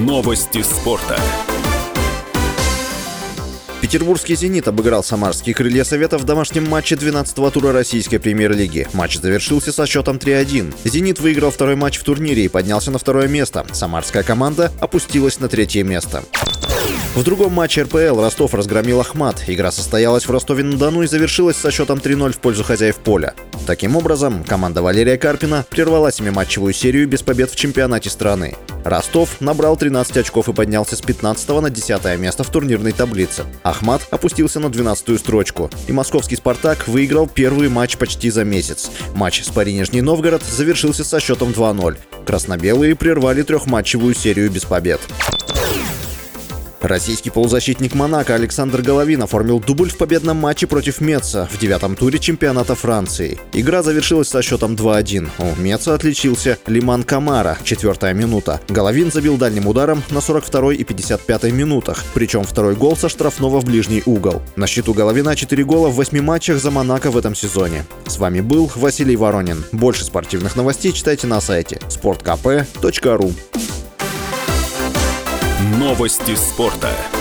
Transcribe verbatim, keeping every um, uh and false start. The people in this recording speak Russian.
Новости спорта. Петербургский «Зенит» обыграл самарские «Крылья Совета» в домашнем матче двенадцатого тура российской премьер-лиги. Матч завершился со счетом три один. «Зенит» выиграл второй матч в турнире и поднялся на второе место. Самарская команда опустилась на третье место. В другом матче эр пэ эл Ростов разгромил «Ахмат». Игра состоялась в Ростове-на-Дону и завершилась со счетом три ноль в пользу хозяев поля. Таким образом, команда Валерия Карпина прервала семиматчевую серию без побед в чемпионате страны. Ростов набрал тринадцать очков и поднялся с пятнадцатого на десятое место в турнирной таблице. «Ахмат» опустился на двенадцатую строчку. И московский «Спартак» выиграл первый матч почти за месяц. Матч с Пари Нижний Новгород завершился со счетом два ноль. Красно-белые прервали трехматчевую серию без побед. Российский полузащитник «Монако» Александр Головин оформил дубль в победном матче против Метца в девятом туре чемпионата Франции. Игра завершилась со счетом два один. У Метца отличился Лиман Камара, четвертая минута. Головин забил дальним ударом на сорок второй и пятьдесят пятой минутах, причем второй гол со штрафного в ближний угол. На счету Головина четыре гола в восьми матчах за «Монако» в этом сезоне. С вами был Василий Воронин. Больше спортивных новостей читайте на сайте спорт кэ пэ точка ру. Новости спорта.